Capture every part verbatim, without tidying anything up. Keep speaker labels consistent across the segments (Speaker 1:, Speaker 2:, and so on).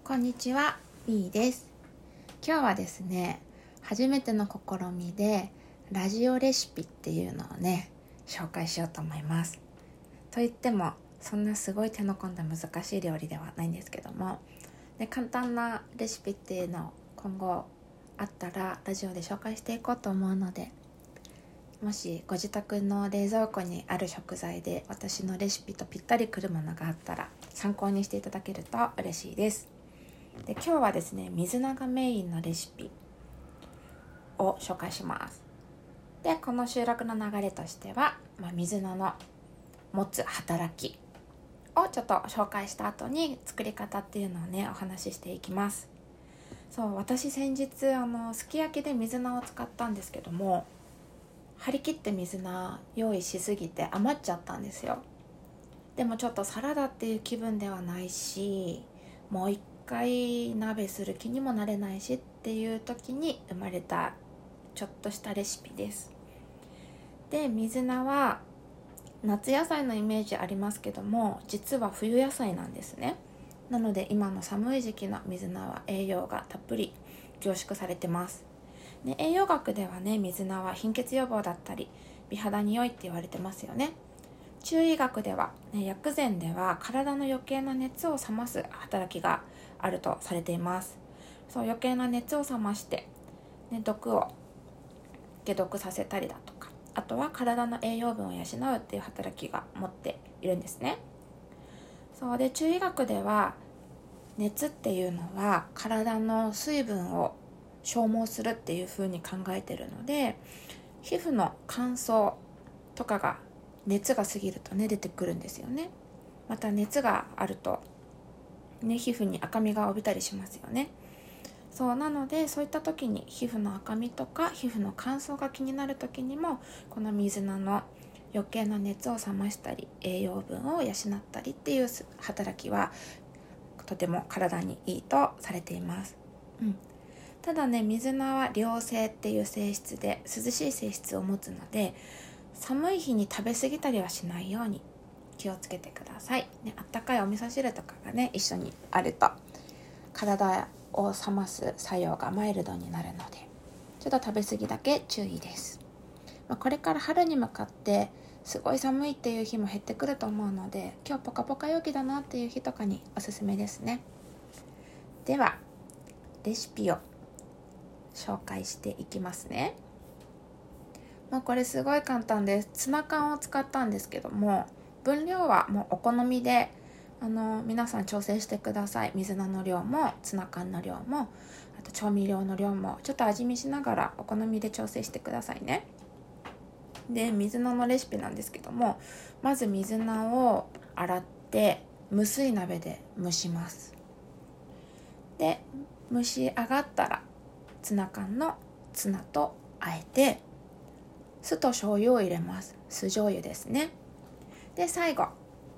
Speaker 1: こんにちは、みーです。今日はですね、初めての試みでラジオレシピっていうのをね、紹介しようと思います。といっても、そんなすごい手の込んだ難しい料理ではないんですけども、で簡単なレシピっていうのを今後あったらラジオで紹介していこうと思うので、もしご自宅の冷蔵庫にある食材で私のレシピとぴったりくるものがあったら参考にしていただけると嬉しいです。で今日はですね、水菜がメインのレシピを紹介します。でこの収録の流れとしては、まあ、水菜の持つ働きをちょっと紹介した後に作り方っていうのをねお話ししていきます。そう私先日あのすき焼きで水菜を使ったんですけども、張り切って水菜用意しすぎて余っちゃったんですよ。でもちょっとサラダっていう気分ではないし、もう一回鍋する気にもなれないしっていう時に生まれたちょっとしたレシピです。で水菜は夏野菜のイメージありますけども、実は冬野菜なんですね。なので今の寒い時期の水菜は栄養がたっぷり凝縮されてます。で栄養学ではね、水菜は貧血予防だったり美肌に良いって言われてますよね。中医学では、ね、薬膳では体の余計な熱を冷ます働きがあるとされています。そう余計な熱を冷まして、ね、毒を解毒させたりだとか、あとは体の栄養分を養うっていう働きが持っているんですね。そうで中医学では熱っていうのは体の水分を消耗するっていう風に考えているので、皮膚の乾燥とかが熱が過ぎるとね出てくるんですよね。また熱があるとね皮膚に赤みが帯びたりしますよね。そうなのでそういった時に皮膚の赤みとか皮膚の乾燥が気になる時にも、この水菜の余計な熱を冷ましたり栄養分を養ったりっていう働きはとても体にいいとされています。うん、ただね、水菜は涼性っていう性質で涼しい性質を持つので、寒い日に食べ過ぎたりはしないように気をつけてください、ね、あったかいお味噌汁とかがね一緒にあると体を冷ます作用がマイルドになるので、ちょっと食べ過ぎだけ注意です。まあ、これから春に向かってすごい寒いっていう日も減ってくると思うので、今日ポカポカ陽気だなっていう日とかにおすすめですね。ではレシピを紹介していきますね。まあ、これすごい簡単です。ツナ缶を使ったんですけども、分量はもうお好みであの皆さん調整してください。水菜の量もツナ缶の量も、あと調味料の量もちょっと味見しながらお好みで調整してくださいね。で水菜のレシピなんですけども、まず水菜を洗って無水鍋で蒸します。で蒸し上がったらツナ缶のツナとあえて酢と醤油を入れます。酢醤油ですね。で最後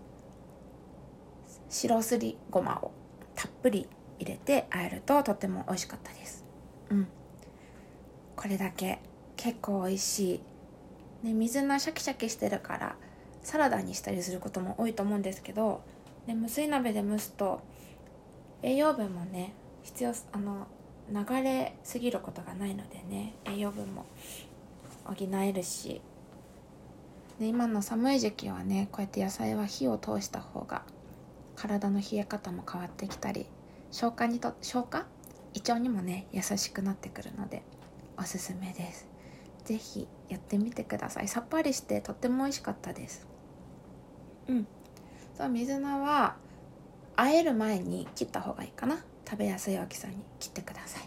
Speaker 1: 白すりごまをたっぷり入れて和えるととても美味しかったです。うんこれだけ結構美味しい、ね、水菜シャキシャキしてるからサラダにしたりすることも多いと思うんですけど、ね、無水鍋で蒸すと栄養分もね必要あの流れすぎることがないのでね、栄養分も補えるし、で今の寒い時期はねこうやって野菜は火を通した方が体の冷え方も変わってきたり、消化にと消化胃腸にもね優しくなってくるのでおすすめです。ぜひやってみてください。さっぱりしてとっても美味しかったです。うんそう水菜は和える前に切った方がいいかな。食べやすい大きさに切ってください。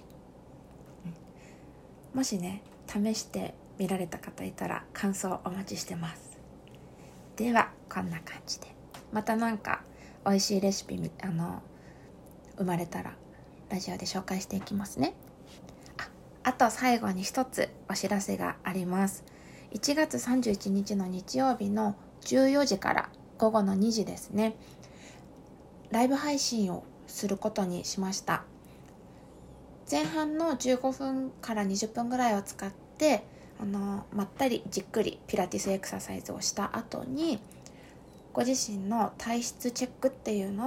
Speaker 1: うん、もしね試して見られた方いたら感想お待ちしてます。ではこんな感じでまたなんか美味しいレシピあの生まれたらラジオで紹介していきますね。あ、あと最後に一つお知らせがあります。いちがつさんじゅういちにちの日曜日のじゅうよじから午後のにじですね、ライブ配信をすることにしました。前半のじゅうごふんからにじゅっぷんぐらいを使ってあのまったりじっくりピラティスエクササイズをした後に、ご自身の体質チェックっていうのを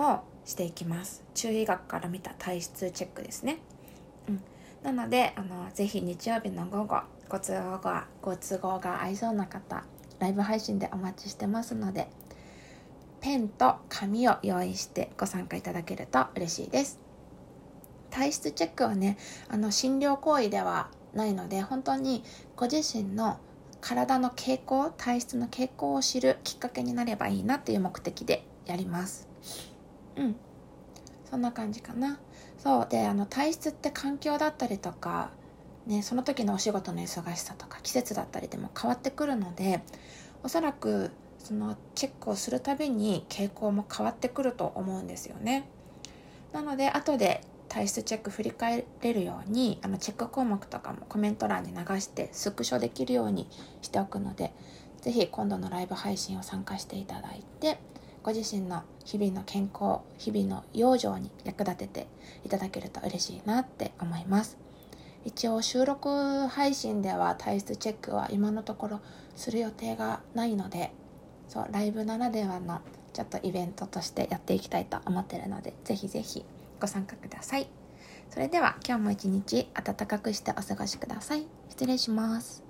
Speaker 1: していきます。中医学から見た体質チェックですね。うん、なのであのぜひ日曜日の午後ご都合がご都合が合いそうな方、ライブ配信でお待ちしてますので、ペンと紙を用意してご参加いただけると嬉しいです。体質チェックはね、あの診療行為ではないので、本当にご自身の体の傾向、体質の傾向を知るきっかけになればいいなっていう目的でやります。うん、そんな感じかな。そうで、あの体質って環境だったりとか、ね、その時のお仕事の忙しさとか季節だったりでも変わってくるので、おそらくそのチェックをするたびに傾向も変わってくると思うんですよね。なので後で体質チェック振り返れるように、あのチェック項目とかもコメント欄に流してスクショできるようにしておくので、ぜひ今度のライブ配信を参加していただいて、ご自身の日々の健康、日々の養生に役立てていただけると嬉しいなって思います。一応収録配信では体質チェックは今のところする予定がないので、そうライブならではのちょっとイベントとしてやっていきたいと思っているので、ぜひぜひご参加ください。それでは今日も一日暖かくしてお過ごしください。失礼します。